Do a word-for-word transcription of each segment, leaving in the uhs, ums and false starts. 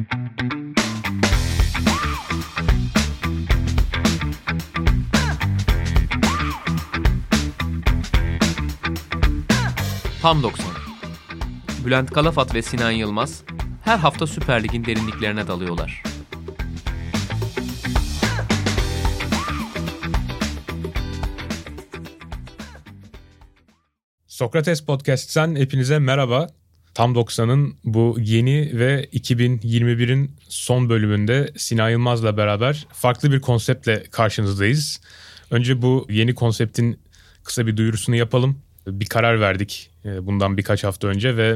Tam doksan. Bülent Kalafat ve Sinan Yılmaz her hafta Süper Lig'in derinliklerine dalıyorlar. Sokrates Podcast'ten hepinize merhaba. Tam doksanın bu yeni ve iki bin yirmi birin son bölümünde Sinan Yılmaz'la beraber farklı bir konseptle karşınızdayız. Önce bu yeni konseptin kısa bir duyurusunu yapalım. Bir karar verdik bundan birkaç hafta önce ve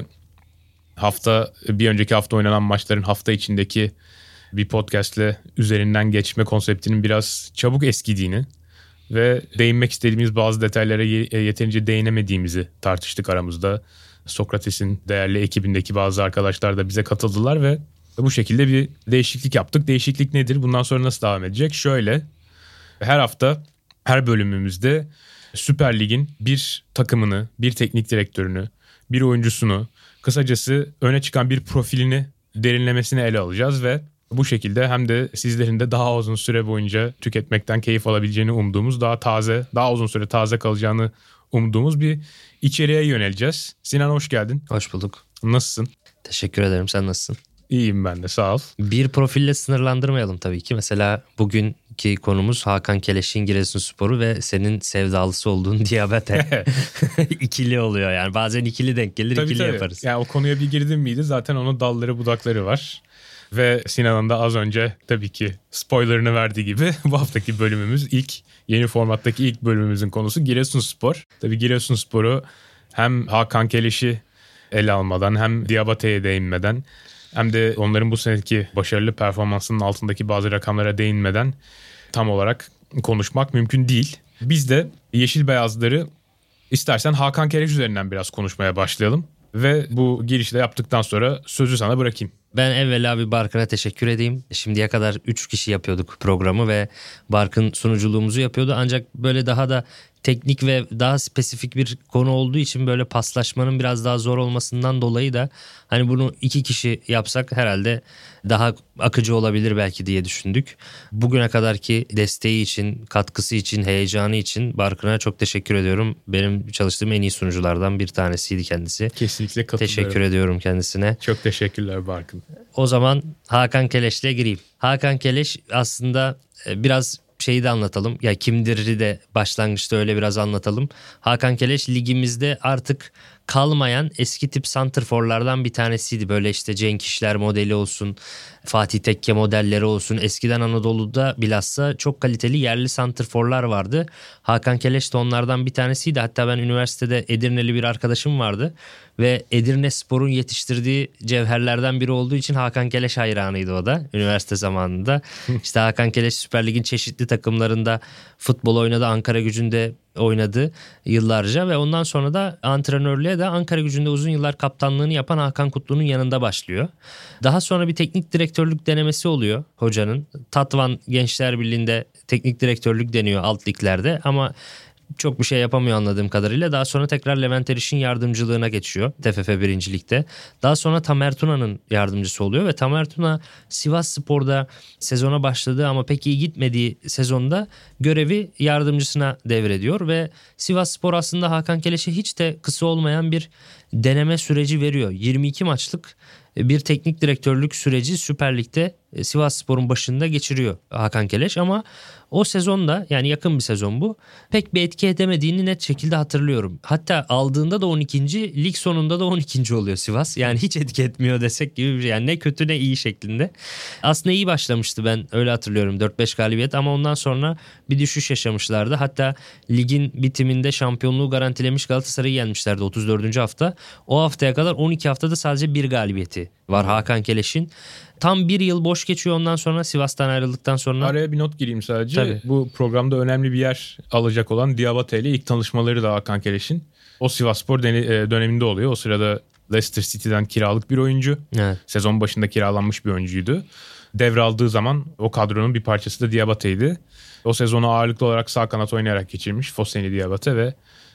hafta bir önceki hafta oynanan maçların hafta içindeki bir podcastle üzerinden geçme konseptinin biraz çabuk eskidiğini ve değinmek istediğimiz bazı detaylara yeterince değinemediğimizi tartıştık aramızda. Sokrates'in değerli ekibindeki bazı arkadaşlar da bize katıldılar ve bu şekilde bir değişiklik yaptık. Değişiklik nedir? Bundan sonra nasıl devam edecek? Şöyle, her hafta her bölümümüzde Süper Lig'in bir takımını, bir teknik direktörünü, bir oyuncusunu, kısacası öne çıkan bir profilini derinlemesine ele alacağız ve bu şekilde hem de sizlerin de daha uzun süre boyunca tüketmekten keyif alabileceğini umduğumuz, daha taze, daha uzun süre taze kalacağını umduğumuz bir içeriğe yöneleceğiz. Sinan hoş geldin. Hoş bulduk. Nasılsın? Teşekkür ederim. Sen nasılsın? İyiyim ben de, sağ ol. Bir profille sınırlandırmayalım tabii ki. Mesela bugünkü konumuz Hakan Keleş'in Giresunspor'u ve senin sevdalısı olduğun Diabate. İkili oluyor yani. Bazen ikili denk gelir, tabii, ikili tabii. yaparız. Yani o konuya bir girdin miydi zaten onun dalları budakları var. Ve Sinan'ın da az önce tabii ki spoilerını verdiği gibi bu haftaki bölümümüz, ilk yeni formattaki ilk bölümümüzün konusu Giresunspor. Tabii Giresunspor'u hem Hakan Keleş'i ele almadan hem Diabate'ye değinmeden hem de onların bu seneki başarılı performansının altındaki bazı rakamlara değinmeden tam olarak konuşmak mümkün değil. Biz de yeşil beyazları istersen Hakan Keleş üzerinden biraz konuşmaya başlayalım. Ve bu girişi de yaptıktan sonra sözü sana bırakayım. Ben evvela bir Barkın'a teşekkür edeyim. Şimdiye kadar üç kişi yapıyorduk programı ve Barkın sunuculuğumuzu yapıyordu. Ancak böyle daha da teknik ve daha spesifik bir konu olduğu için böyle paslaşmanın biraz daha zor olmasından dolayı da hani bunu iki kişi yapsak herhalde daha akıcı olabilir belki diye düşündük. Bugüne kadarki desteği için, katkısı için, heyecanı için Barkın'a çok teşekkür ediyorum. Benim çalıştığım en iyi sunuculardan bir tanesiydi kendisi. Kesinlikle katılıyorum. Teşekkür ediyorum kendisine. Çok teşekkürler Barkın. O zaman Hakan Keleş'le gireyim. Hakan Keleş aslında biraz şeyi de anlatalım. Ya kimdir'i de başlangıçta öyle biraz anlatalım. Hakan Keleş ligimizde artık kalmayan eski tip santrforlardan bir tanesiydi. Böyle işte Cenk İşler modeli olsun, Fatih Tekke modelleri olsun. Eskiden Anadolu'da bilhassa çok kaliteli yerli santrforlar vardı. Hakan Keleş de onlardan bir tanesiydi. Hatta ben üniversitede Edirneli bir arkadaşım vardı. Ve Edirnespor'un yetiştirdiği cevherlerden biri olduğu için Hakan Keleş hayranıydı o da üniversite zamanında. İşte Hakan Keleş Süper Lig'in çeşitli takımlarında futbol oynadı. Ankaragücü'nde oynadı yıllarca ve ondan sonra da antrenörlüğe de Ankaragücü'nde uzun yıllar kaptanlığını yapan Hakan Kutlu'nun yanında başlıyor. Daha sonra bir teknik direktörlük denemesi oluyor hocanın. Tatvan Gençler Birliği'nde teknik direktörlük deniyor alt liglerde ama çok bir şey yapamıyor anladığım kadarıyla. Daha sonra tekrar Levent Eriş'in yardımcılığına geçiyor T F F birinci Lig'de. Daha sonra Tamer Tuna'nın yardımcısı oluyor ve Tamer Tuna Sivasspor'da sezona başladığı ama pek iyi gitmediği sezonda görevi yardımcısına devrediyor ve Sivasspor aslında Hakan Keleş'e hiç de kısa olmayan bir deneme süreci veriyor. yirmi iki maçlık bir teknik direktörlük süreci Süper Lig'de Sivasspor'un başında geçiriyor Hakan Keleş ama o sezonda, yani yakın bir sezon bu, pek bir etki edemediğini net şekilde hatırlıyorum. Hatta aldığında da on ikinci, lig sonunda da on ikinci oluyor Sivas. Yani hiç etki etmiyor desek gibi bir şey. Yani ne kötü ne iyi şeklinde. Aslında iyi başlamıştı, ben öyle hatırlıyorum, dört beş galibiyet, ama ondan sonra bir düşüş yaşamışlardı. Hatta ligin bitiminde şampiyonluğu garantilemiş Galatasaray'ı yenmişlerdi otuz dördüncü hafta. O haftaya kadar on iki haftada sadece bir galibiyeti var Hakan Keleş'in. Tam bir yıl boş geçiyor ondan sonra, Sivas'tan ayrıldıktan sonra. Araya bir not gireyim sadece. Tabii. Bu programda önemli bir yer alacak olan Diabate ile ilk tanışmaları da Hakan Keleş'in o Sivasspor döneminde oluyor. O sırada Leicester City'den kiralık bir oyuncu. Evet. Sezon başında kiralanmış bir oyuncuydu. Devraldığı zaman o kadronun bir parçası da Diabate'ydi. O sezonu ağırlıklı olarak sağ kanat oynayarak geçirmiş Fosseni Diabate ve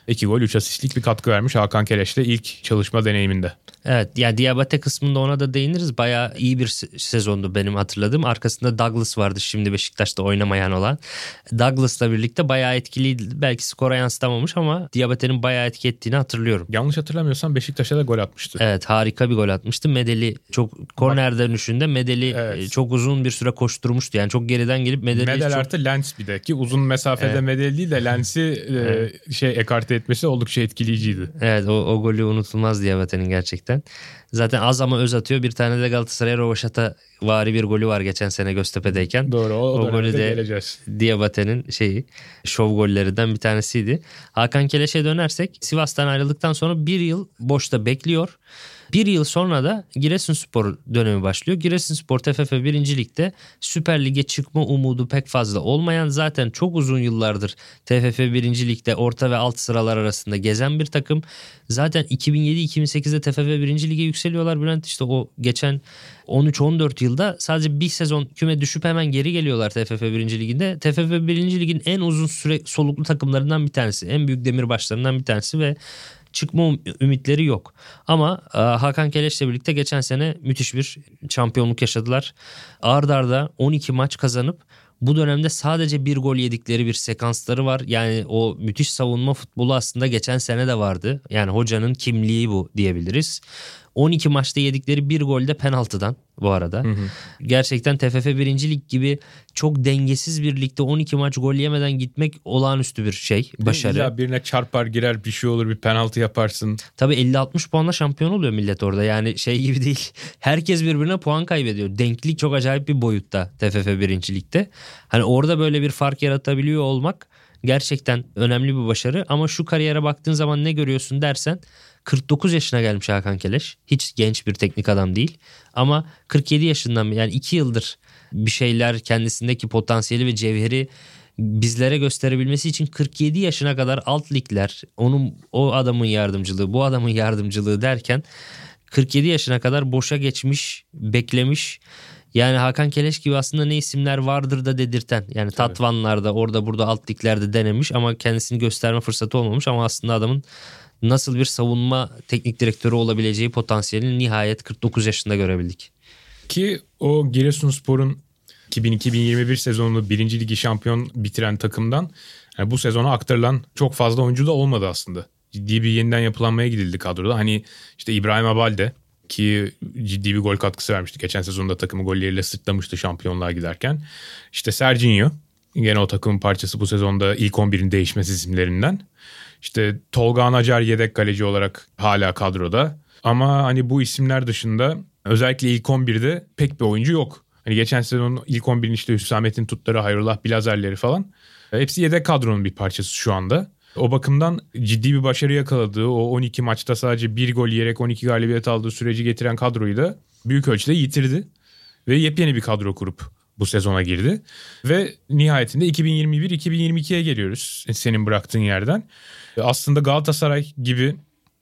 iki gol üç asistlik bir katkı vermiş Hakan Keleş'le ilk çalışma deneyiminde. Evet, ya Diabate kısmında ona da değiniriz. Bayağı iyi bir sezondu benim hatırladığım. Arkasında Douglas vardı, şimdi Beşiktaş'ta oynamayan olan. Douglas'la birlikte bayağı etkiliydi. Belki skora yansıtamamış ama Diabate'nin bayağı etki ettiğini hatırlıyorum. Yanlış hatırlamıyorsam Beşiktaş'a da gol atmıştı. Evet, harika bir gol atmıştı. Medeli çok korner dönüşünde Medeli evet. çok uzun bir süre koşturmuştu. Yani çok geriden gelip Medeli Medel çok... artı Lens bir de ki uzun mesafede evet. Medel değil de Lens'i evet. e, şey ekarte etmesi oldukça etkileyiciydi. Evet, o, o golü unutulmaz Diabate'nin gerçekten. Zaten az ama öz atıyor. Bir tane de Galatasaray'a Rovaşata vari bir golü var geçen sene Göztepe'deyken. Doğru, o, o, o golü de geleceğiz. Diabate'nin şeyi, şov gollerinden bir tanesiydi. Hakan Keleş'e dönersek, Sivas'tan ayrıldıktan sonra bir yıl boşta bekliyor. Bir yıl sonra da Giresunspor dönemi başlıyor. Giresunspor T F F birinci Lig'de Süper Lig'e çıkma umudu pek fazla olmayan, zaten çok uzun yıllardır T F F birinci Lig'de orta ve alt sıralar arasında gezen bir takım. Zaten iki bin yedi iki bin sekizde T F F birinci Lig'e yükseliyorlar Bülent. İşte o geçen on üç on dört yılda sadece bir sezon küme düşüp hemen geri geliyorlar T F F birinci Lig'inde. T F F birinci Lig'in en uzun süre soluklu takımlarından bir tanesi. En büyük demirbaşlarından bir tanesi ve çıkma ümitleri yok. Ama Hakan Keleş'le birlikte geçen sene müthiş bir şampiyonluk yaşadılar. Ard arda on iki maç kazanıp bu dönemde sadece bir gol yedikleri bir sekansları var. Yani o müthiş savunma futbolu aslında geçen sene de vardı. Yani hocanın kimliği bu diyebiliriz. on iki maçta yedikleri bir gol de penaltıdan bu arada. Hı hı. Gerçekten T F F birinci Lig gibi çok dengesiz bir ligde on iki maç gol yemeden gitmek olağanüstü bir şey, başarı. Ya birine çarpar girer, bir şey olur, bir penaltı yaparsın. Tabii elli altmış puanla şampiyon oluyor millet orada. Yani şey gibi değil. Herkes birbirine puan kaybediyor. Denklik çok acayip bir boyutta T F F birinci Lig'de. Hani orada böyle bir fark yaratabiliyor olmak gerçekten önemli bir başarı. Ama şu kariyere baktığın zaman ne görüyorsun dersen, kırk dokuz yaşına gelmiş Hakan Keleş. Hiç genç bir teknik adam değil. Ama kırk yedi yaşından, yani iki yıldır bir şeyler, kendisindeki potansiyeli ve cevheri bizlere gösterebilmesi için kırk yedi yaşına kadar alt ligler, onun, o adamın yardımcılığı, bu adamın yardımcılığı derken kırk yedi yaşına kadar boşa geçmiş, beklemiş. Yani Hakan Keleş gibi aslında ne isimler vardır da dedirten. Yani Tabii. Tatvanlarda, orada burada alt liglerde denemiş ama kendisini gösterme fırsatı olmamış. Ama aslında adamın nasıl bir savunma teknik direktörü olabileceği potansiyelini nihayet kırk dokuz yaşında görebildik. Ki o Giresunspor'un iki bin iki bin yirmi bir sezonunu birinci Ligi şampiyon bitiren takımdan yani bu sezona aktarılan çok fazla oyuncu da olmadı aslında. Ciddi bir yeniden yapılanmaya gidildi kadroda. Hani işte İbrahim Abalde ki ciddi bir gol katkısı vermişti. Geçen sezonda takımı golleriyle sırtlamıştı şampiyonluğa giderken. İşte Serginho gene o takımın parçası, bu sezonda ilk on birin değişmez isimlerinden. İşte Tolga Acar yedek kaleci olarak hala kadroda. Ama hani bu isimler dışında özellikle ilk on birde pek bir oyuncu yok. Hani geçen sezonun ilk on birin işte Hüsamettin Tutları, Hayrullah Bilazerleri falan. Hepsi yedek kadronun bir parçası şu anda. O bakımdan ciddi bir başarı yakaladığı, o on iki maçta sadece bir gol yiyerek on iki galibiyet aldığı süreci getiren kadroyu da büyük ölçüde yitirdi. Ve yepyeni bir kadro kurup bu sezona girdi. Ve nihayetinde iki bin yirmi bir iki bin yirmi ikiye geliyoruz senin bıraktığın yerden. Aslında Galatasaray gibi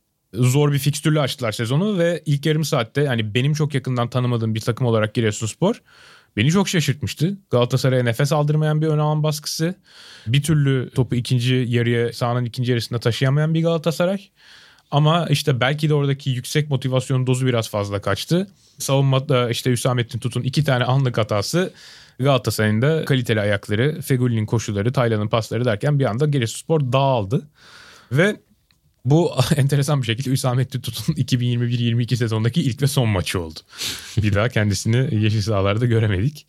zor bir fikstürle açtılar sezonu ve ilk yarım saatte, yani benim çok yakından tanımadığım bir takım olarak Giresunspor beni çok şaşırtmıştı. Galatasaray'a nefes aldırmayan bir ön alan baskısı, bir türlü topu ikinci yarıya, sahanın ikinci yarısında taşıyamayan bir Galatasaray. Ama işte belki de oradaki yüksek motivasyon dozu biraz fazla kaçtı. Savunmada işte Hüsamettin Tut'un iki tane anlık hatası Galatasaray'ın da kaliteli ayakları, Fegüli'nin koşuları, Taylan'ın pasları derken bir anda Giresunspor dağıldı. Ve bu enteresan bir şekilde Hüsamettin Tut'un iki bin yirmi bir yirmi iki sezondaki ilk ve son maçı oldu. Bir daha kendisini yeşil sahalarda göremedik.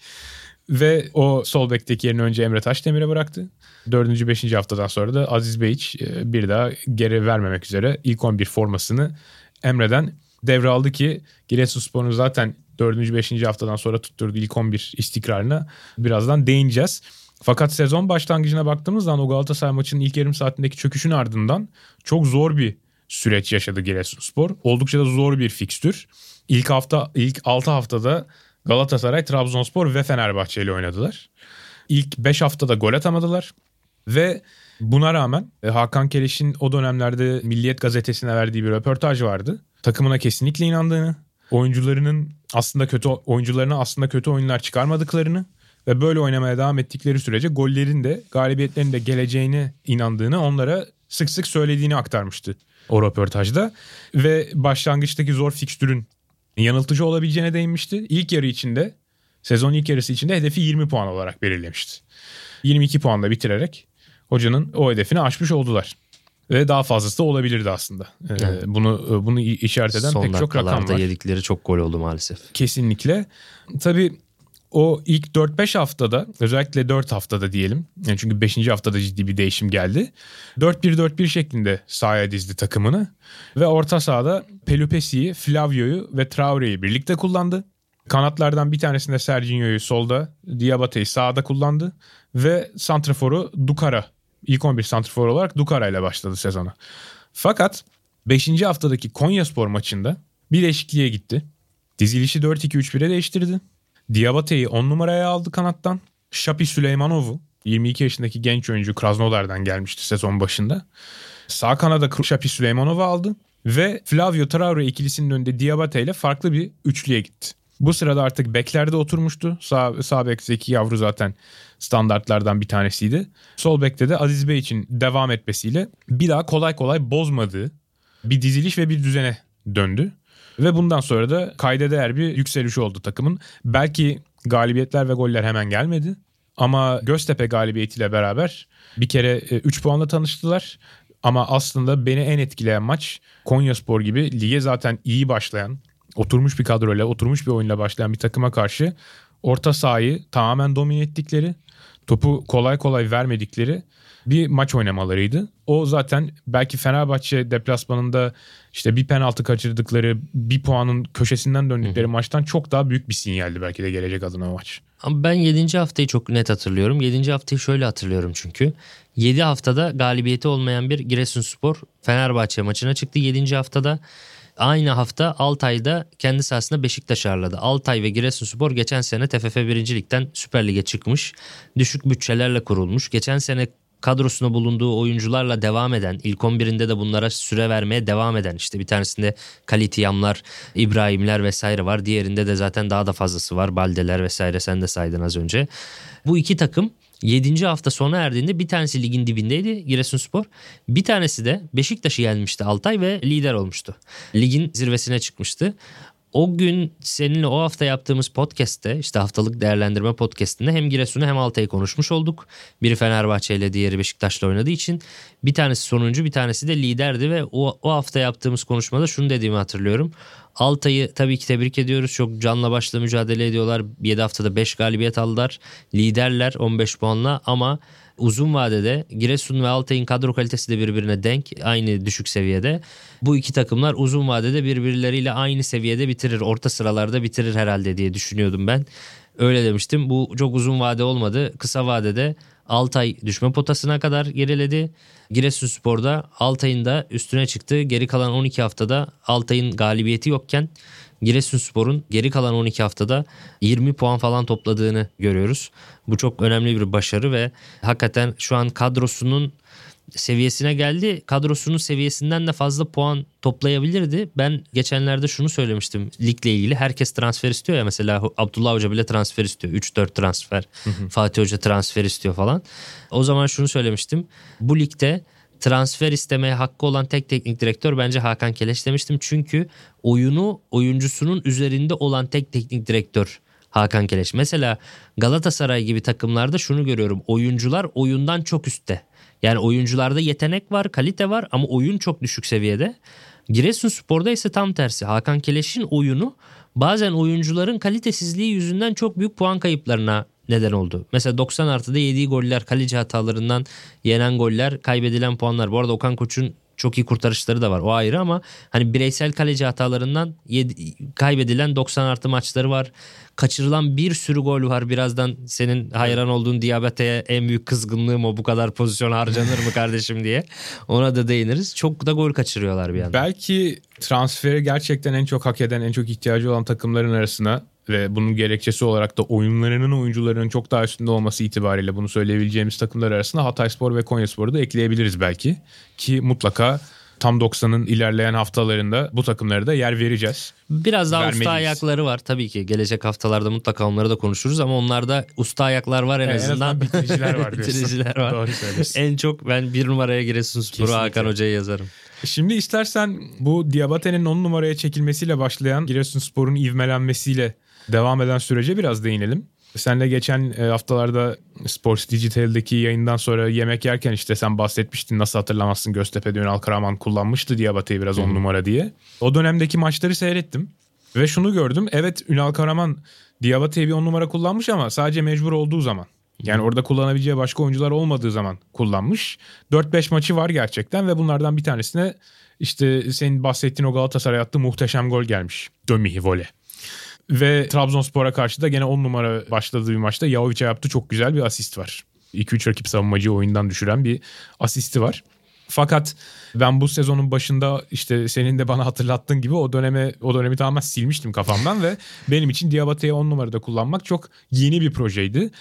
Ve o sol bekteki yerini önce Emre Taşdemir'e bıraktı. Dördüncü, beşinci haftadan sonra da Aziz Beyiç bir daha geri vermemek üzere ilk on bir formasını Emre'den devraldı ki Giresunspor'un zaten dördüncü, beşinci haftadan sonra tutturduğu ilk on bir istikrarına birazdan değineceğiz. Fakat sezon başlangıcına baktığımız zaman o Galatasaray maçının ilk yarım saatindeki çöküşün ardından çok zor bir süreç yaşadı Giresunspor. Oldukça da zor bir fikstür. İlk hafta, ilk altı haftada Galatasaray, Trabzonspor ve Fenerbahçe ile oynadılar. İlk beş haftada gol atamadılar ve buna rağmen Hakan Keleş'in o dönemlerde Milliyet Gazetesi'ne verdiği bir röportaj vardı. Takımına kesinlikle inandığını, oyuncularının aslında kötü oyuncularına aslında kötü oyunlar çıkarmadıklarını ve böyle oynamaya devam ettikleri sürece gollerin de galibiyetlerin de geleceğine inandığını onlara sık sık söylediğini aktarmıştı o röportajda. Ve başlangıçtaki zor fikstürün yanıltıcı olabileceğine değinmişti. İlk yarı içinde, sezon ilk yarısı içinde hedefi yirmi puan olarak belirlemişti. yirmi iki puanla bitirerek hocanın o hedefini aşmış oldular. Ve daha fazlası da olabilirdi aslında. Ee, evet. Bunu bunu işaret eden son pek çok rakam var. Son dakikalarda yedikleri çok gol oldu maalesef. Kesinlikle. Tabii o ilk dört beş haftada, özellikle dört haftada diyelim. Yani çünkü beşinci haftada ciddi bir değişim geldi. dört bir dört bir şeklinde sahaya dizdi takımını. Ve orta sahada Pelupessi'yi, Flavio'yu ve Traore'yi birlikte kullandı. Kanatlardan bir tanesinde Serginho'yu solda, Diabate'yi sağda kullandı. Ve santraforu Dukara, ilk on bir santrafor olarak Dukara ile başladı sezona. Fakat beşinci haftadaki Konyaspor maçında bir değişikliğe gitti. Dizilişi dört iki üç bire değiştirdi. Diabate'yi on numaraya aldı kanattan. Şapi Süleymanov'u, yirmi iki yaşındaki genç oyuncu, Krasnodar'dan gelmişti sezon başında. Sağ kanada Şapi Süleymanov'u aldı. Ve Flavio Traore ikilisinin önünde Diabate ile farklı bir üçlüye gitti. Bu sırada artık beklerde oturmuştu. Sağ, sağ bek Zeki Yavru zaten standartlardan bir tanesiydi. Sol bekte de Aziz Bey için devam etmesiyle bir daha kolay kolay bozmadığı bir diziliş ve bir düzene döndü. Ve bundan sonra da kayda değer bir yükseliş oldu takımın. Belki galibiyetler ve goller hemen gelmedi. Ama Göztepe galibiyetiyle beraber bir kere üç puanla tanıştılar. Ama aslında beni en etkileyen maç Konyaspor gibi lige zaten iyi başlayan, oturmuş bir kadroyla, oturmuş bir oyunla başlayan bir takıma karşı orta sahayı tamamen domine ettikleri, topu kolay kolay vermedikleri bir maç oynamalarıydı. O zaten belki Fenerbahçe deplasmanında işte bir penaltı kaçırdıkları, bir puanın köşesinden döndükleri Hı. maçtan çok daha büyük bir sinyaldi belki de gelecek adına maç. Ama ben yedinci haftayı çok net hatırlıyorum. yedinci haftayı şöyle hatırlıyorum çünkü. yedi haftada galibiyeti olmayan bir Giresunspor Fenerbahçe maçına çıktı. yedinci haftada aynı hafta Altay'da kendi sahasında Beşiktaş ağırladı. Altay ve Giresunspor geçen sene T F F birinci Lig'den Süper Lig'e çıkmış. Düşük bütçelerle kurulmuş. Geçen sene kadrosunda bulunduğu oyuncularla devam eden, ilk on birinde de bunlara süre vermeye devam eden, işte bir tanesinde Kalitiyamlar, İbrahimler vesaire var. Diğerinde de zaten daha da fazlası var. Baldeler vesaire, sen de saydın az önce. Bu iki takım yedinci hafta sona erdiğinde bir tanesi ligin dibindeydi Giresunspor. Bir tanesi de Beşiktaş'ı yenmişti Altay ve lider olmuştu. Ligin zirvesine çıkmıştı. O gün seninle o hafta yaptığımız podcast'te, işte haftalık değerlendirme podcast'inde hem Giresun'u hem Altay'ı konuşmuş olduk. Biri Fenerbahçe ile diğeri Beşiktaş'la oynadığı için bir tanesi sonuncu, bir tanesi de liderdi ve o, o hafta yaptığımız konuşmada şunu dediğimi hatırlıyorum. Altay'ı tabii ki tebrik ediyoruz. Çok canla başla mücadele ediyorlar. yedi haftada beş galibiyet aldılar. Liderler on beş puanla ama uzun vadede Giresun ve Altay'ın kadro kalitesi de birbirine denk, aynı düşük seviyede. Bu iki takımlar uzun vadede birbirleriyle aynı seviyede bitirir, orta sıralarda bitirir herhalde diye düşünüyordum ben. Öyle demiştim. Bu çok uzun vade olmadı. Kısa vadede Altay düşme potasına kadar geriledi. Giresunspor'da Altay'ın da üstüne çıktı. Geri kalan on iki haftada Altay'ın galibiyeti yokken Giresunspor'un geri kalan on iki haftada yirmi puan falan topladığını görüyoruz. Bu çok önemli bir başarı ve hakikaten şu an kadrosunun seviyesine geldi. Kadrosunun seviyesinden de fazla puan toplayabilirdi. Ben geçenlerde şunu söylemiştim ligle ilgili. Herkes transfer istiyor ya, mesela Abdullah Hoca bile transfer istiyor. üç dört transfer. Hı hı. Fatih Hoca transfer istiyor falan. O zaman şunu söylemiştim. Bu ligde transfer istemeye hakkı olan tek teknik direktör bence Hakan Keleş demiştim. Çünkü oyunu oyuncusunun üzerinde olan tek teknik direktör Hakan Keleş. Mesela Galatasaray gibi takımlarda şunu görüyorum. Oyuncular oyundan çok üstte. Yani oyuncularda yetenek var, kalite var ama oyun çok düşük seviyede. Giresunspor'da ise tam tersi. Hakan Keleş'in oyunu bazen oyuncuların kalitesizliği yüzünden çok büyük puan kayıplarına neden oldu. Mesela doksan artıda yediği goller, kaleci hatalarından yenen goller, kaybedilen puanlar. Bu arada Okan Koç'un çok iyi kurtarışları da var, o ayrı, ama hani bireysel kaleci hatalarından yedi, kaybedilen doksan artı maçları var. Kaçırılan bir sürü gol var. Birazdan senin hayran olduğun Diabate'ye en büyük kızgınlığım o, bu kadar pozisyon harcanır mı kardeşim diye. Ona da değiniriz. Çok da gol kaçırıyorlar bir yandan. Belki transferi gerçekten en çok hak eden, en çok ihtiyacı olan takımların arasına ve bunun gerekçesi olarak da oyunlarının oyuncularının çok daha üstünde olması itibariyle bunu söyleyebileceğimiz takımlar arasında Hatayspor ve Konyaspor'u da ekleyebiliriz belki. Ki mutlaka Tam doksanın ilerleyen haftalarında bu takımlara da yer vereceğiz. Biraz daha Vermeliyiz. usta ayakları var tabii ki. Gelecek haftalarda mutlaka onları da konuşuruz ama onlarda usta ayaklar var en En azından. azından bitiriciler var diyorsun. Bitiriciler var. Doğru söylüyorsun. En çok ben bir numaraya Giresunspor'u Hakan Hoca'ya yazarım. Şimdi istersen bu Diabate'nin on numaraya çekilmesiyle başlayan Giresunspor'un ivmelenmesiyle devam eden sürece biraz değinelim. Senle geçen haftalarda Sports Digital'deki yayından sonra yemek yerken işte sen bahsetmiştin, nasıl hatırlamazsın, Göztepe'de Ünal Karaman kullanmıştı Diabate'yi biraz on numara diye. O dönemdeki maçları seyrettim ve şunu gördüm. Evet, Ünal Karaman Diabate'yi bir on numara kullanmış ama sadece mecbur olduğu zaman. Yani orada kullanabileceği başka oyuncular olmadığı zaman kullanmış. dört beş maçı var gerçekten ve bunlardan bir tanesine işte senin bahsettiğin o Galatasaray attığı muhteşem gol gelmiş. Dömi vole. Ve Trabzonspor'a karşı da gene on numara başladığı bir maçta Yahovic'e yaptığı çok güzel bir asist var. iki üç rakip savunmacıyı oyundan düşüren bir asisti var. Fakat ben bu sezonun başında işte senin de bana hatırlattığın gibi o döneme o dönemi tamamen silmiştim kafamdan ve benim için Diabate'yi on numarada kullanmak çok yeni bir projeydi.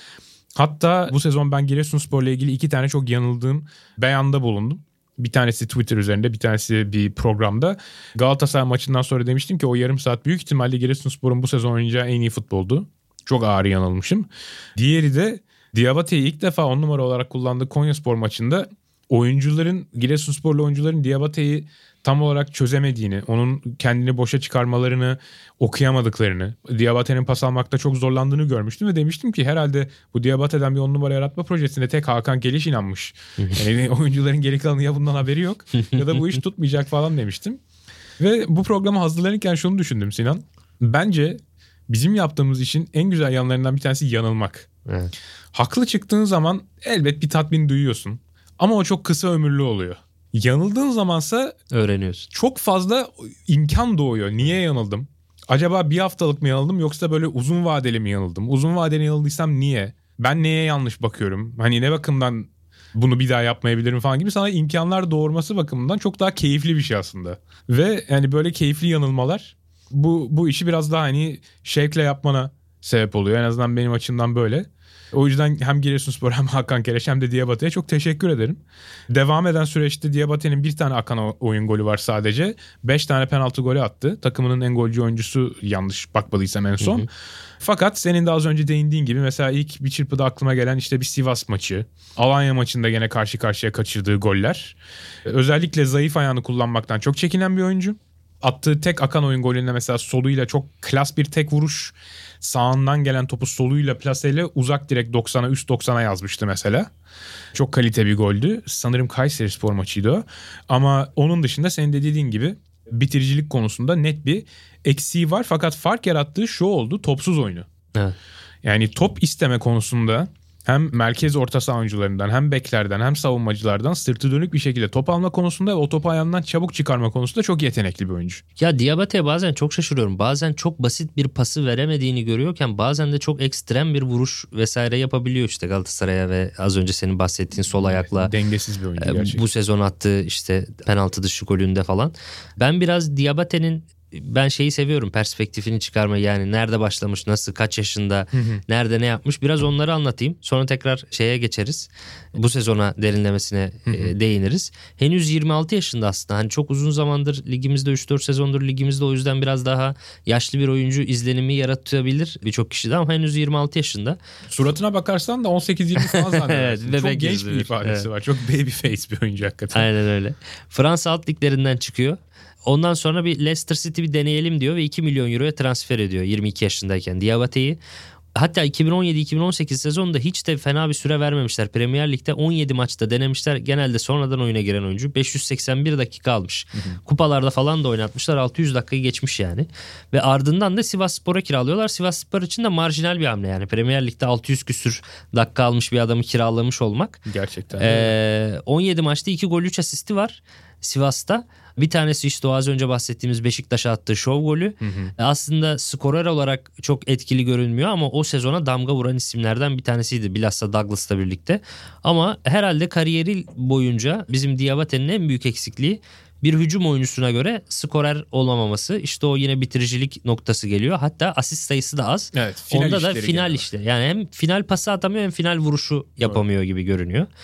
Hatta bu sezon ben Giresunspor'la ilgili iki tane çok yanıldığım beyanda bulundum. Bir tanesi Twitter üzerinde, bir tanesi bir programda. Galatasaray maçından sonra demiştim ki o yarım saat büyük ihtimalle Giresunspor'un bu sezon oynayacağı en iyi futboldu. Çok ağır yanılmışım. Diğeri de Diabate'yi ilk defa on numara olarak kullandığı Konyaspor maçında oyuncuların, Giresunsporlu oyuncuların Diabate'yi tam olarak çözemediğini, onun kendini boşa çıkarmalarını okuyamadıklarını, Diabate'nin pas almakta çok zorlandığını görmüştüm ve demiştim ki herhalde bu Diabate'den bir on numara yaratma projesine tek Hakan Keleş inanmış. Yani oyuncuların geri kalanı ya bundan haberi yok ya da bu iş tutmayacak falan demiştim. Ve bu programı hazırlanırken şunu düşündüm Sinan. Bence bizim yaptığımız işin en güzel yanlarından bir tanesi yanılmak. Evet. Haklı çıktığın zaman elbet bir tatmin duyuyorsun. Ama o çok kısa ömürlü oluyor. Yanıldığın zamansa öğreniyorsun. Çok fazla imkan doğuyor. Niye yanıldım? Acaba bir haftalık mı yanıldım yoksa böyle uzun vadeli mi yanıldım? Uzun vadeli yanıldıysam niye? Ben neye yanlış bakıyorum? Hani ne bakımdan bunu bir daha yapmayabilirim falan gibi sana imkanlar doğurması bakımından çok daha keyifli bir şey aslında. Ve yani böyle keyifli yanılmalar bu bu işi biraz daha hani şevkle yapmana sebep oluyor. En azından benim açımdan böyle. O yüzden hem Giresunspor hem Hakan Keleş hem de Diabate'ye çok teşekkür ederim. Devam eden süreçte Diabate'nin bir tane akan oyun golü var sadece. Beş tane penaltı golü attı. Takımının en golcü oyuncusu yanlış bakmadıysam en son. Hı hı. Fakat senin de az önce değindiğin gibi mesela ilk bir çırpıda aklıma gelen işte bir Sivas maçı. Alanya maçında gene karşı karşıya kaçırdığı goller. Özellikle zayıf ayağını kullanmaktan çok çekinen bir oyuncu. Attığı tek akan oyun golünde mesela soluyla çok klas bir tek vuruş. Sağından gelen topu soluyla plaseyle uzak direkt doksana, üst doksana yazmıştı mesela. Çok kalite bir goldü. Sanırım Kayserispor maçıydı o. Ama onun dışında senin de dediğin gibi bitiricilik konusunda net bir eksiği var. Fakat fark yarattığı şu oldu: topsuz oyunu. Evet. Yani top isteme konusunda hem merkez orta saha oyuncularından hem beklerden hem savunmacılardan sırtı dönük bir şekilde top alma konusunda ve o topu ayağından çabuk çıkarma konusunda çok yetenekli bir oyuncu. Ya Diabate'ye bazen çok şaşırıyorum. Bazen çok basit bir pası veremediğini görüyorken bazen de çok ekstrem bir vuruş vesaire yapabiliyor işte Galatasaray'a ve az önce senin bahsettiğin sol ayakla. Dengesiz bir oyuncu gerçekten. Bu sezon attığı işte penaltı dışı golünde falan. Ben biraz Diabate'nin ben şeyi seviyorum, perspektifini çıkarmayı, yani nerede başlamış, nasıl, kaç yaşında, hı hı. nerede ne yapmış, biraz onları anlatayım. Sonra tekrar şeye geçeriz. Bu sezona derinlemesine hı hı. E, değiniriz. Henüz yirmi altı yaşında aslında. Hani çok uzun zamandır ligimizde, üç dört sezondur ligimizde, o yüzden biraz daha yaşlı bir oyuncu izlenimi yaratabilir birçok kişide ama henüz yirmi altı yaşında. Suratına bakarsan da on sekiz yirmi falan zannedersin. Evet, çok genç bir ifadesi evet. var. Çok baby face bir oyuncu hakikaten. Aynen öyle. Fransa alt liglerinden çıkıyor. Ondan sonra bir Leicester City bir deneyelim diyor ve iki milyon euroya transfer ediyor yirmi iki yaşındayken Diabate'yi. Hatta iki bin on yedi iki bin on sekiz sezonunda hiç de fena bir süre vermemişler. Premier Lig'de on yedi maçta denemişler. Genelde sonradan oyuna giren oyuncu. beş yüz seksen bir dakika almış. Hı hı. Kupalarda falan da oynatmışlar. altı yüz dakikayı geçmiş yani. Ve ardından da Sivasspor'a kiralıyorlar. Sivasspor için de marjinal bir hamle yani. Premier Lig'de altı yüz küsür dakika almış bir adamı kiralamış olmak. Gerçekten. Ee, on yedi maçta iki gol üç asisti var Sivas'ta. Bir tanesi işte o az önce bahsettiğimiz Beşiktaş'a attığı şov golü. Hı hı. Aslında skorer olarak çok etkili görünmüyor ama o sezona damga vuran isimlerden bir tanesiydi. Bilhassa Douglas'la birlikte. Ama herhalde kariyeri boyunca bizim Diabate'nin en büyük eksikliği bir hücum oyuncusuna göre skorer olamaması. İşte o yine bitiricilik noktası geliyor. Hatta asist sayısı da az. Evet, final Onda da final işte. Yani hem final pası atamıyor hem final vuruşu yapamıyor Doğru. gibi görünüyor.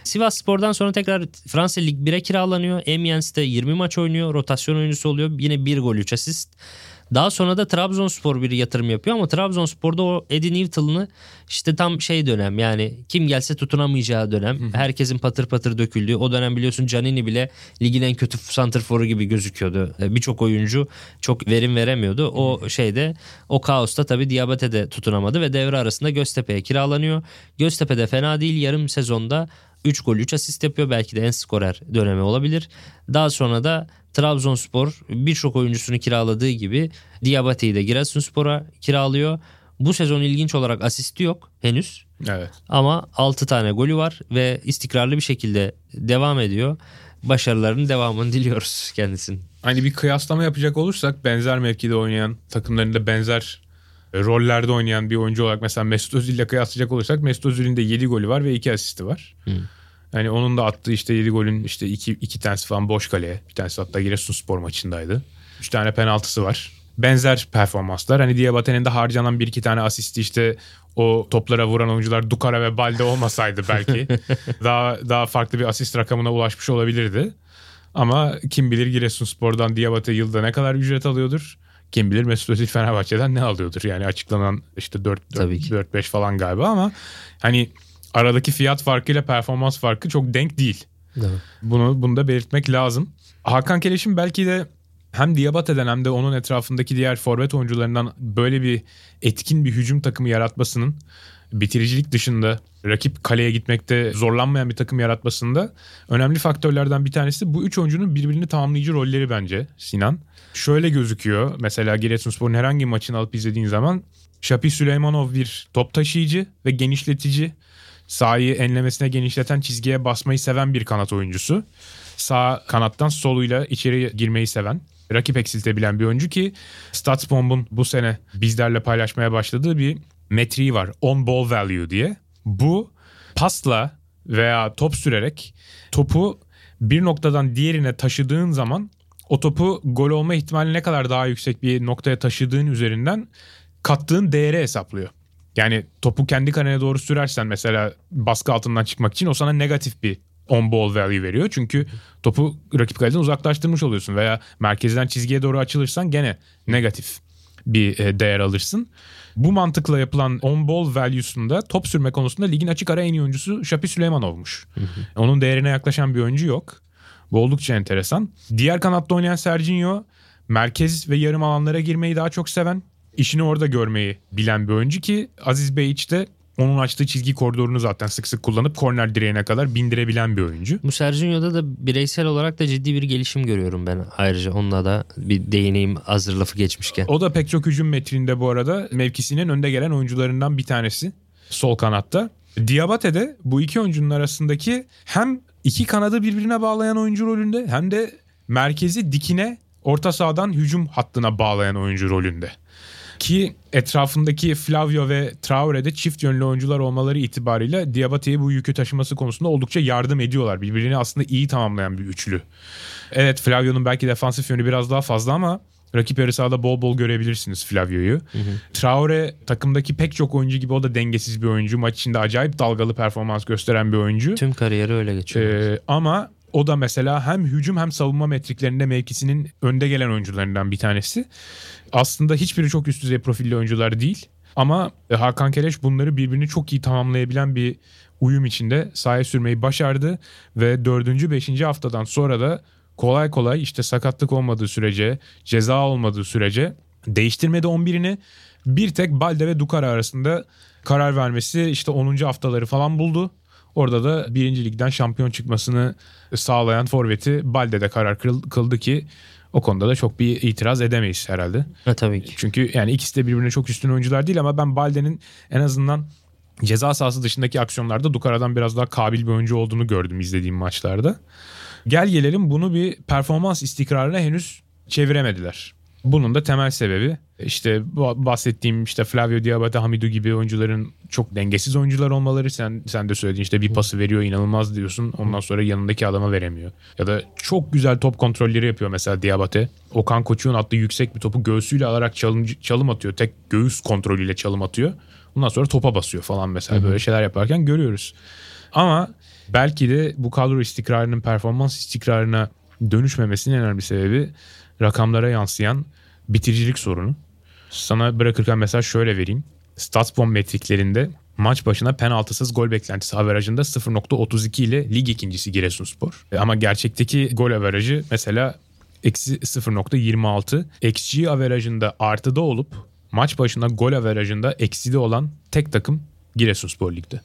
Sivasspor'dan sonra tekrar Fransa Lig bire kiralanıyor. Amiens'te yirmi maç oynuyor. Rotasyon oyuncusu oluyor. Yine bir gol üç asist. Daha sonra da Trabzonspor bir yatırım yapıyor ama Trabzonspor'da o Eddie Newton'lı işte tam şey dönem, yani kim gelse tutunamayacağı dönem. Hı hı. Herkesin patır patır döküldüğü o dönem, biliyorsun Canini bile ligin en kötü santrforu gibi gözüküyordu. Birçok oyuncu çok verim veremiyordu. O hı hı. şeyde o kaosta tabii Diabate de tutunamadı ve devre arasında Göztepe'ye kiralanıyor. Göztepe'de fena değil, yarım sezonda üç gol üç asist yapıyor. Belki de en skorer dönemi olabilir. Daha sonra da Trabzonspor birçok oyuncusunu kiraladığı gibi Diabate'yi de Giresunspor'a kiralıyor. Bu sezon ilginç olarak asisti yok henüz. Evet. Ama altı tane golü var ve istikrarlı bir şekilde devam ediyor. Başarılarının devamını diliyoruz kendisinin. Hani bir kıyaslama yapacak olursak benzer mevkide oynayan, takımlarında benzer rollerde oynayan bir oyuncu olarak mesela Mesut Özil ile kıyaslayacak olursak Mesut Özil'in de yedi golü var ve iki asisti var. Hmm. Yani onun da attığı işte yedi golün işte iki, iki tanesi falan boş kaleye. Bir tanesi hatta Giresunspor maçındaydı. üç tane penaltısı var. Benzer performanslar. Hani Diabate'nin de harcanan bir iki tane asisti işte o toplara vuran oyuncular Dukara ve Balde olmasaydı belki daha daha farklı bir asist rakamına ulaşmış olabilirdi. Ama kim bilir Giresunspor'dan Diabate yılda ne kadar ücret alıyordur? Kim bilir Mesut Özil Fenerbahçe'den ne alıyordur? Yani açıklanan işte dört beş falan galiba ama hani aradaki fiyat farkıyla performans farkı çok denk değil. Evet. Bunu, bunu da belirtmek lazım. Hakan Keleş'in belki de hem Diabate'den hem de onun etrafındaki diğer forvet oyuncularından böyle bir etkin bir hücum takımı yaratmasının, bitiricilik dışında rakip kaleye gitmekte zorlanmayan bir takım yaratmasında önemli faktörlerden bir tanesi bu üç oyuncunun birbirini tamamlayıcı rolleri bence Sinan. Şöyle gözüküyor mesela Giresunspor'un herhangi bir maçını alıp izlediğin zaman Şapi Süleymanov bir top taşıyıcı ve genişletici. Sahayı enlemesine genişleten, çizgiye basmayı seven bir kanat oyuncusu. Sağ kanattan soluyla içeri girmeyi seven, rakip eksiltebilen bir oyuncu ki StatsBomb'un bu sene bizlerle paylaşmaya başladığı bir metriği var. On ball value diye. Bu pasla veya top sürerek topu bir noktadan diğerine taşıdığın zaman o topu gol olma ihtimali ne kadar daha yüksek bir noktaya taşıdığın üzerinden kattığın değeri hesaplıyor. Yani topu kendi kalene doğru sürersen mesela baskı altından çıkmak için o sana negatif bir on ball value veriyor. Çünkü topu rakip kaleden uzaklaştırmış oluyorsun veya merkezden çizgiye doğru açılırsan gene negatif bir değer alırsın. Bu mantıkla yapılan on ball value'sunda top sürme konusunda ligin açık ara en iyi oyuncusu Şapi Süleymanov'muş. Hı hı. Onun değerine yaklaşan bir oyuncu yok. Bu oldukça enteresan. Diğer kanatta oynayan Serginho merkez ve yarım alanlara girmeyi daha çok seven, işini orada görmeyi bilen bir oyuncu ki Aziz Beyiç de onun açtığı çizgi koridorunu zaten sık sık kullanıp korner direğine kadar bindirebilen bir oyuncu. Bu Serginho'da da bireysel olarak da ciddi bir gelişim görüyorum ben. Ayrıca onunla da bir değineyim hazır lafı geçmişken. O da pek çok hücum metriğinde bu arada mevkisinin önde gelen oyuncularından bir tanesi. Sol kanatta. Diabate de bu iki oyuncunun arasındaki hem iki kanadı birbirine bağlayan oyuncu rolünde hem de merkezi dikine orta sahadan hücum hattına bağlayan oyuncu rolünde. Ki etrafındaki Flavio ve Traore'de çift yönlü oyuncular olmaları itibariyle Diabate'ye bu yükü taşıması konusunda oldukça yardım ediyorlar. Birbirini aslında iyi tamamlayan bir üçlü. Evet, Flavio'nun belki defansif yönü biraz daha fazla ama rakip yarı sahada bol bol görebilirsiniz Flavio'yu. Hı hı. Traore takımdaki pek çok oyuncu gibi o da dengesiz bir oyuncu. Maç içinde acayip dalgalı performans gösteren bir oyuncu. Tüm kariyeri öyle geçiyor. Ee, ama o da mesela hem hücum hem savunma metriklerinde mevkisinin önde gelen oyuncularından bir tanesi. Aslında hiçbiri çok üst düzey profilli oyuncular değil. Ama Hakan Keleş bunları birbirini çok iyi tamamlayabilen bir uyum içinde sahaya sürmeyi başardı. Ve dördüncü beşinci haftadan sonra da kolay kolay işte sakatlık olmadığı sürece, ceza olmadığı sürece değiştirmedi on birini. Bir tek Balde ve Dukara arasında karar vermesi işte onuncu haftaları falan buldu. Orada da birinci ligden şampiyon çıkmasını sağlayan forveti Balde'de karar kıldı ki o konuda da çok bir itiraz edemeyiz herhalde. Ha, tabii ki. Çünkü yani ikisi de birbirine çok üstün oyuncular değil ama ben Balde'nin en azından ceza sahası dışındaki aksiyonlarda Dukara'dan biraz daha kabil bir oyuncu olduğunu gördüm izlediğim maçlarda. Gel gelelim bunu bir performans istikrarına henüz çeviremediler. Bunun da temel sebebi işte bahsettiğim işte Flavio Diabate, Hamidou gibi oyuncuların çok dengesiz oyuncular olmaları. Sen sen de söyledin işte bir pası veriyor inanılmaz diyorsun. Ondan sonra yanındaki adama veremiyor. Ya da çok güzel top kontrolleri yapıyor mesela Diabate. Okan Koçuk'un attığı yüksek bir topu göğsüyle alarak çalım, çalım atıyor. Tek göğüs kontrolüyle çalım atıyor. Ondan sonra topa basıyor falan mesela. Hı-hı. Böyle şeyler yaparken görüyoruz. Ama belki de bu kadro istikrarının performans istikrarına dönüşmemesinin en önemli sebebi rakamlara yansıyan bitiricilik sorunu. Sana bırakırken mesaj şöyle vereyim. StatsBomb metriklerinde maç başına penaltısız gol beklentisi averajında sıfır nokta otuz iki ile lig ikincisi Giresunspor. Ama gerçekteki gol averajı mesela eksi sıfır nokta yirmi altı. X G averajında artıda olup maç başına gol averajında ekside olan tek takım Giresunspor Lig'de.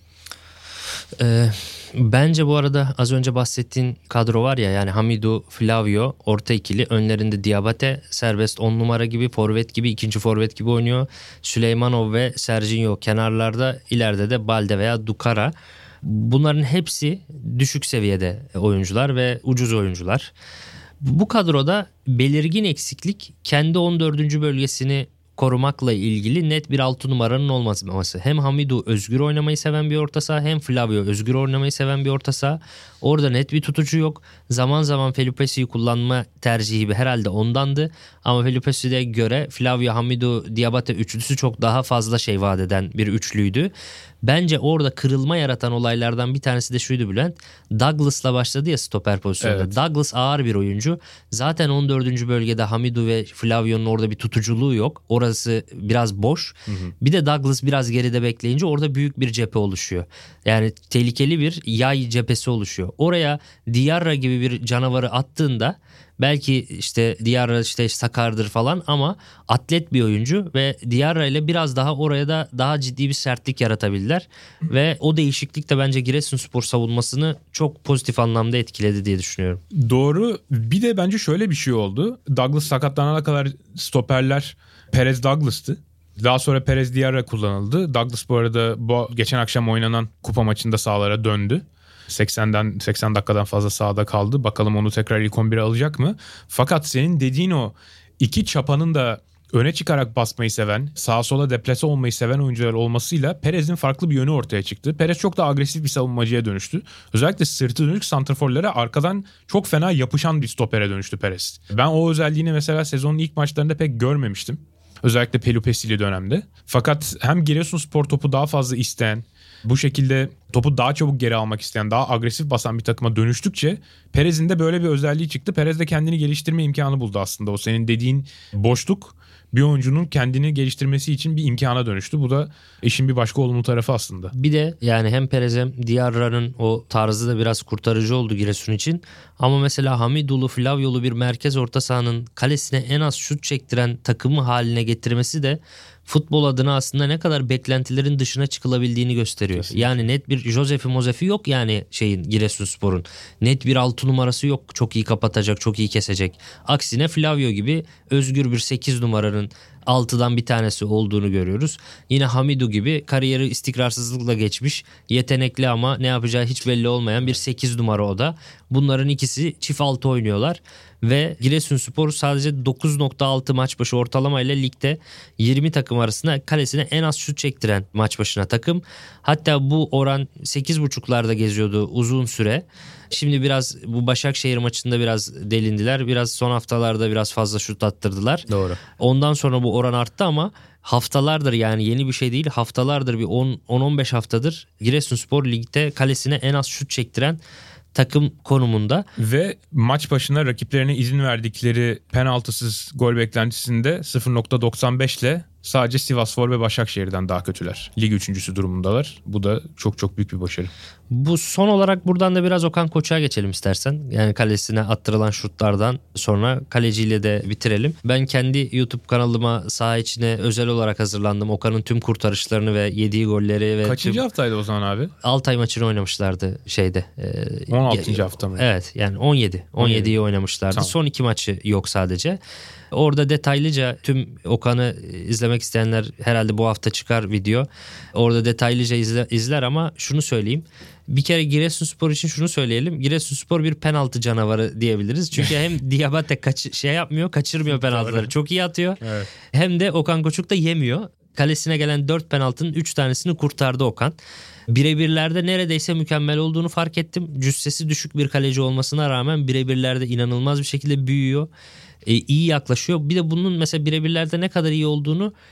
Ee, bence bu arada az önce bahsettiğin kadro var ya, yani Hamidou, Flavio, orta ikili, önlerinde Diabate, serbest on numara gibi, forvet gibi, ikinci forvet gibi oynuyor. Süleymanov ve Serginho kenarlarda, ileride de Balde veya Dukara. Bunların hepsi düşük seviyede oyuncular ve ucuz oyuncular. Bu kadroda belirgin eksiklik kendi on dördüncü bölgesini korumakla ilgili net bir altı numaranın olmaması. Hem Hamidou özgür oynamayı seven bir orta saha, hem Flavio özgür oynamayı seven bir orta saha. Orada net bir tutucu yok. Zaman zaman Felupessi'yi kullanma tercihi herhalde ondandı. Ama Felupessi'ye göre Flavio, Hamidou, Diabate üçlüsü çok daha fazla şey vaat eden bir üçlüydü. Bence orada kırılma yaratan olaylardan bir tanesi de şuydu Bülent. Douglas'la başladı ya stoper pozisyonunda. Evet. Douglas ağır bir oyuncu. Zaten on dördüncü bölgede Hamidou ve Flavio'nun orada bir tutuculuğu yok. Orası biraz boş. Hı hı. Bir de Douglas biraz geride bekleyince orada büyük bir cephe oluşuyor. Yani tehlikeli bir yay cephesi oluşuyor. Oraya Diarra gibi bir canavarı attığında belki işte Diarra işte sakardır falan ama atlet bir oyuncu ve Diarra ile biraz daha oraya da daha ciddi bir sertlik yaratabilirler. Ve o değişiklik de bence Giresunspor savunmasını çok pozitif anlamda etkiledi diye düşünüyorum. Doğru. Bir de bence şöyle bir şey oldu. Douglas sakatlanana kadar stoperler Perez Douglas'tı. Daha sonra Perez Diarra kullanıldı. Douglas bu arada bu geçen akşam oynanan kupa maçında sahalara döndü. seksenden seksen dakikadan fazla sahada kaldı. Bakalım onu tekrar ilk on bire alacak mı? Fakat senin dediğin o iki çapanın da öne çıkarak basmayı seven, sağa sola deplase olmayı seven oyuncular olmasıyla Perez'in farklı bir yönü ortaya çıktı. Perez çok daha agresif bir savunmacıya dönüştü. Özellikle sırtı dönük santraforlara arkadan çok fena yapışan bir stopere dönüştü Perez. Ben o özelliğini mesela sezonun ilk maçlarında pek görmemiştim. Özellikle Pelupessi'li dönemde. Fakat hem Giresunspor topu daha fazla isteyen, bu şekilde topu daha çabuk geri almak isteyen, daha agresif basan bir takıma dönüştükçe Perez'in de böyle bir özelliği çıktı. Perez de kendini geliştirme imkanı buldu aslında. O senin dediğin boşluk bir oyuncunun kendini geliştirmesi için bir imkana dönüştü. Bu da işin bir başka olumlu tarafı aslında. Bir de yani hem Perez hem Diarra'nın o tarzı da biraz kurtarıcı oldu Giresun için. Ama mesela Hamidou'lu, Flavio'lu bir merkez orta sahanın kalesine en az şut çektiren takımı haline getirmesi de futbol adına aslında ne kadar beklentilerin dışına çıkılabildiğini gösteriyor. Kesinlikle. Yani net bir Josef'i Mozef'i yok yani şeyin, Giresunspor'un. Net bir altı numarası yok. Çok iyi kapatacak, çok iyi kesecek. Aksine Flavio gibi özgür bir sekiz numaranın altıdan bir tanesi olduğunu görüyoruz. Yine Hamidou gibi kariyeri istikrarsızlıkla geçmiş, yetenekli ama ne yapacağı hiç belli olmayan bir sekiz numara o da. Bunların ikisi çift altı oynuyorlar. Ve Giresunspor sadece dokuz nokta altı maç başı ortalamayla ligde yirmi takım arasında kalesine en az şut çektiren maç başına takım. Hatta bu oran sekiz buçuklarda geziyordu uzun süre. Şimdi biraz bu Başakşehir maçında biraz delindiler. Biraz son haftalarda biraz fazla şut attırdılar. Doğru. Ondan sonra bu oran arttı ama haftalardır, yani yeni bir şey değil, haftalardır bir on on beş haftadır Giresunspor ligde kalesine en az şut çektiren takım konumunda. Ve maç başına rakiplerine izin verdikleri penaltısız gol beklentisinde sıfır nokta doksan beş ile sadece Sivasspor ve Başakşehir'den daha kötüler. Lig üçüncüsü durumundalar. Bu da çok çok büyük bir başarı. Bu son olarak buradan da biraz Okan Koçuk'a geçelim istersen. Yani kalesine attırılan şutlardan sonra kaleciyle de bitirelim. Ben kendi YouTube kanalıma saha içine özel olarak hazırlandım. Okan'ın tüm kurtarışlarını ve yediği golleri ve kaçıncı tüm... haftaydı o zaman abi? Altay maçını oynamışlardı şeyde. on altıncı hafta mı? Evet, yani on yedi. on yediyi oynamışlardı. Tamam. Son iki maçı yok sadece. Orada detaylıca tüm Okan'ı izlemek isteyenler herhalde bu hafta çıkar video. Orada detaylıca izle, izler ama şunu söyleyeyim. Bir kere Giresunspor için şunu söyleyelim. Giresunspor bir penaltı canavarı diyebiliriz. Çünkü hem Diabate kaç, şey yapmıyor, kaçırmıyor penaltıları. Çok iyi atıyor. Evet. Hem de Okan Koçuk da yemiyor. Kalesine gelen dört penaltının üç tanesini kurtardı Okan. Birebirlerde neredeyse mükemmel olduğunu fark ettim. Cüssesi düşük bir kaleci olmasına rağmen birebirlerde inanılmaz bir şekilde büyüyor. E, iyi yaklaşıyor. Bir de bunun mesela birebirlerde ne kadar iyi olduğunu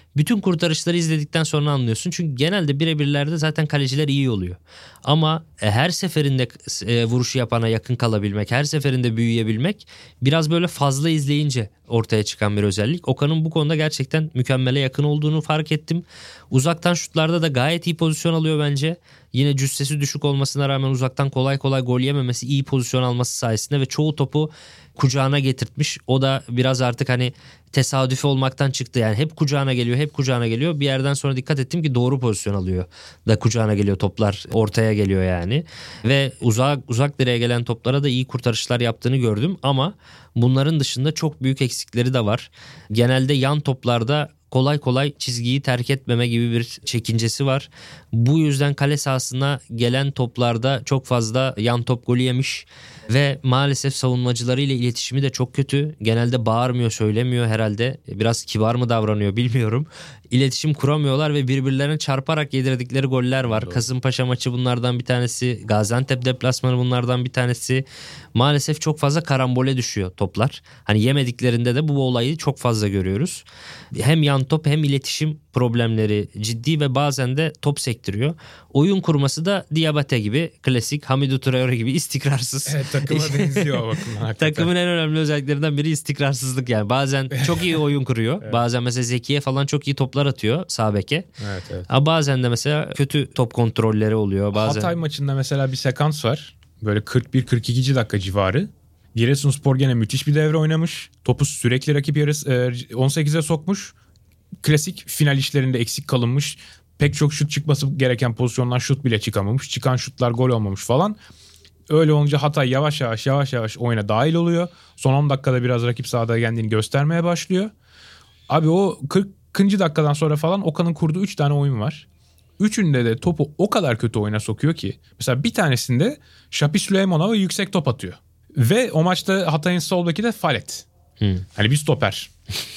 Bütün kurtarışları izledikten sonra anlıyorsun. Çünkü genelde birebirlerde zaten kaleciler iyi oluyor. Ama her seferinde vuruşu yapana yakın kalabilmek, her seferinde büyüyebilmek biraz böyle fazla izleyince ortaya çıkan bir özellik. Okan'ın bu konuda gerçekten mükemmele yakın olduğunu fark ettim. Uzaktan şutlarda da gayet iyi pozisyon alıyor bence. Yine cüssesi düşük olmasına rağmen uzaktan kolay kolay gol yememesi, iyi pozisyon alması sayesinde ve çoğu topu kucağına getirtmiş. O da biraz artık hani tesadüfi olmaktan çıktı. Yani hep kucağına geliyor, hep kucağına geliyor. Bir yerden sonra dikkat ettim ki doğru pozisyon alıyor. Da kucağına geliyor, toplar ortaya geliyor yani. Ve uzak uzak direğe gelen toplara da iyi kurtarışlar yaptığını gördüm ama bunların dışında çok büyük eksikleri de var. Genelde yan toplarda kolay kolay çizgiyi terk etmeme gibi bir çekincesi var. Bu yüzden kale sahasına gelen toplarda çok fazla yan top golü yemiş ve maalesef savunmacılarıyla iletişimi de çok kötü. Genelde bağırmıyor, söylemiyor herhalde. Biraz kibar mı davranıyor bilmiyorum. İletişim kuramıyorlar ve birbirlerine çarparak yedirdikleri goller var. Doğru. Kasımpaşa maçı bunlardan bir tanesi. Gaziantep deplasmanı bunlardan bir tanesi. Maalesef çok fazla karambole düşüyor toplar. Hani yemediklerinde de bu olayı çok fazla görüyoruz. Hem yan top hem iletişim problemleri ciddi ve bazen de top sektiriyor. Oyun kurması da Diabate gibi, klasik Hamidou Traoré gibi istikrarsız. Evet, takıma benziyor o bakımdan. Takımın en önemli özelliklerinden biri istikrarsızlık yani. Bazen çok iyi oyun kuruyor. Evet. Bazen mesela Zeki'ye falan çok iyi toplar atıyor sağ beke. Evet, evet. Ama bazen de mesela kötü top kontrolleri oluyor. Bazen... Hatay maçında mesela bir sekans var. Böyle kırk bir kırk iki dakika civarı. Giresunspor gene müthiş bir devre oynamış. Topu sürekli rakip yarısı on sekize sokmuş. Klasik final işlerinde eksik kalınmış. Pek çok şut çıkması gereken pozisyondan şut bile çıkamamış. Çıkan şutlar gol olmamış falan. Öyle olunca Hatay yavaş yavaş yavaş yavaş oyuna dahil oluyor. Son on dakikada biraz rakip sahada kendini göstermeye başlıyor. Abi o kırkıncı dakikadan sonra falan Okan'ın kurduğu üç tane oyun var. Üçünde de topu o kadar kötü oyuna sokuyor ki. Mesela bir tanesinde Şapi Süleymanova yüksek top atıyor. Ve o maçta Hatay'ın sol beki de Falet. Hmm. Hani bir stoper.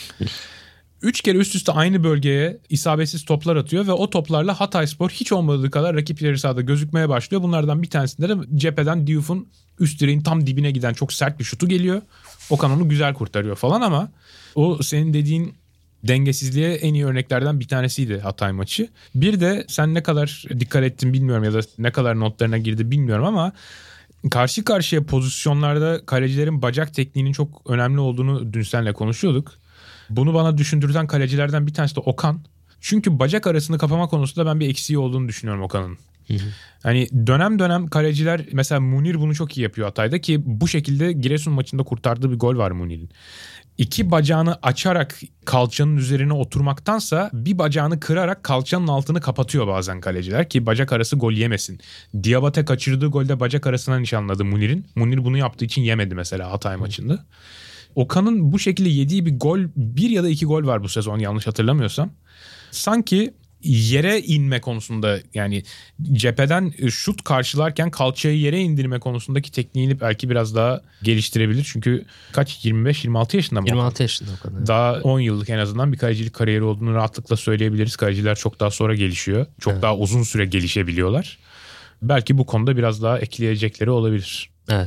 Üç kere üst üste aynı bölgeye isabetsiz toplar atıyor ve o toplarla Hatayspor hiç olmadığı kadar rakip yarı sahada gözükmeye başlıyor. Bunlardan bir tanesinde de cepheden Diouf'un üst direğin tam dibine giden çok sert bir şutu geliyor. Okan onu güzel kurtarıyor falan ama o senin dediğin dengesizliğe en iyi örneklerden bir tanesiydi Hatay maçı. Bir de sen ne kadar dikkat ettin bilmiyorum ya da ne kadar notlarına girdi bilmiyorum ama karşı karşıya pozisyonlarda kalecilerin bacak tekniğinin çok önemli olduğunu dün seninle konuşuyorduk. Bunu bana düşündürten kalecilerden bir tanesi de Okan. Çünkü bacak arasını kapama konusunda ben bir eksiği olduğunu düşünüyorum Okan'ın. Hı hı. Hani dönem dönem kaleciler, mesela Munir bunu çok iyi yapıyor Hatay'da ki bu şekilde Giresun maçında kurtardığı bir gol var Munir'in. İki bacağını açarak kalçanın üzerine oturmaktansa bir bacağını kırarak kalçanın altını kapatıyor bazen kaleciler ki bacak arası gol yemesin. Diabate kaçırdığı golde bacak arasına nişanladı Munir'in. Munir bunu yaptığı için yemedi mesela Hatay maçında. Okan'ın bu şekilde yediği bir gol, bir ya da iki gol var bu sezon yanlış hatırlamıyorsam. Sanki yere inme konusunda, yani cepheden şut karşılarken kalçayı yere indirme konusundaki tekniğini belki biraz daha geliştirebilir. Çünkü kaç, yirmi beş yirmi altı yaşında mı? yirmi altı yaşında o kadar. Daha on yıllık en azından bir kalecilik kariyeri olduğunu rahatlıkla söyleyebiliriz. Kaleciler çok daha sonra gelişiyor. Çok evet. daha uzun süre gelişebiliyorlar. Belki bu konuda biraz daha ekleyecekleri olabilir. Evet.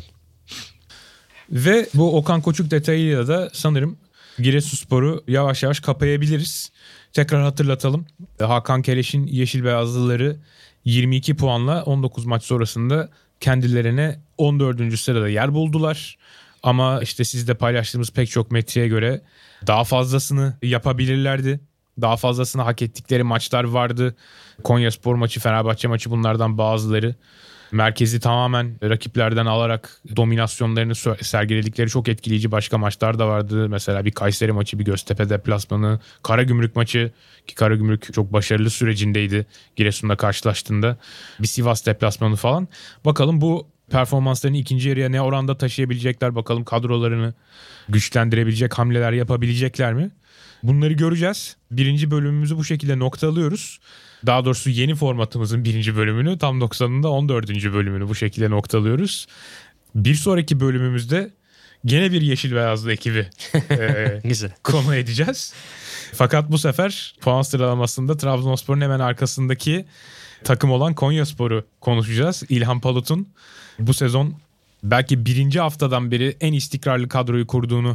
Ve bu Okan Koçuk detayıyla da sanırım Giresunspor'u yavaş yavaş kapayabiliriz. Tekrar hatırlatalım. Hakan Keleş'in Yeşil Beyazlıları yirmi iki puanla on dokuz maç sonrasında kendilerine on dördüncü sırada yer buldular. Ama işte sizde paylaştığımız pek çok metriğe göre daha fazlasını yapabilirlerdi. Daha fazlasını hak ettikleri maçlar vardı. Konyaspor maçı, Fenerbahçe maçı bunlardan bazıları. Merkezi tamamen rakiplerden alarak dominasyonlarını sergiledikleri çok etkileyici başka maçlar da vardı. Mesela bir Kayseri maçı, bir Göztepe deplasmanı, Karagümrük maçı ki Karagümrük çok başarılı sürecindeydi Giresun'la karşılaştığında. Bir Sivas deplasmanı falan. Bakalım bu performanslarını ikinci yarıya ne oranda taşıyabilecekler, bakalım kadrolarını güçlendirebilecek hamleler yapabilecekler mi? Bunları göreceğiz. Birinci bölümümüzü bu şekilde noktalıyoruz. Daha doğrusu yeni formatımızın birinci bölümünü, tam doksanında on dördüncü bölümünü bu şekilde noktalıyoruz. Bir sonraki bölümümüzde gene bir Yeşil Beyazlı ekibi e, konu edeceğiz. Fakat bu sefer puan sıralamasında Trabzonspor'un hemen arkasındaki takım olan Konyaspor'u konuşacağız. İlhan Palut'un bu sezon belki birinci haftadan beri en istikrarlı kadroyu kurduğunu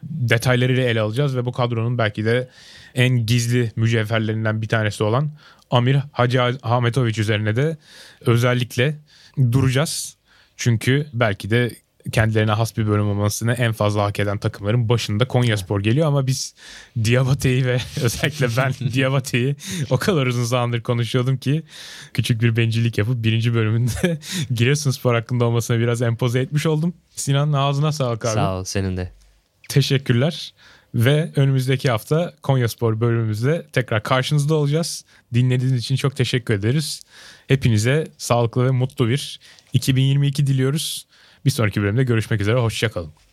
detaylarıyla ele alacağız ve bu kadronun belki de en gizli mücevherlerinden bir tanesi olan Amir Hadžiahmetović üzerine de özellikle duracağız. Çünkü belki de kendilerine has bir bölüm olmasını en fazla hak eden takımların başında Konyaspor geliyor ama biz Diabate'yi ve özellikle ben Diabate'yi o kadar uzun zamandır konuşuyordum ki küçük bir bencillik yapıp birinci bölümünde Giresunspor hakkında olmasına biraz empoze etmiş oldum. Sinan, ağzına sağlık abi. Sağ ol, senin de. Teşekkürler ve önümüzdeki hafta Konyaspor bölümümüzde tekrar karşınızda olacağız. Dinlediğiniz için çok teşekkür ederiz. Hepinize sağlıklı ve mutlu bir iki bin yirmi iki diliyoruz. Bir sonraki bölümde görüşmek üzere. Hoşça kalın.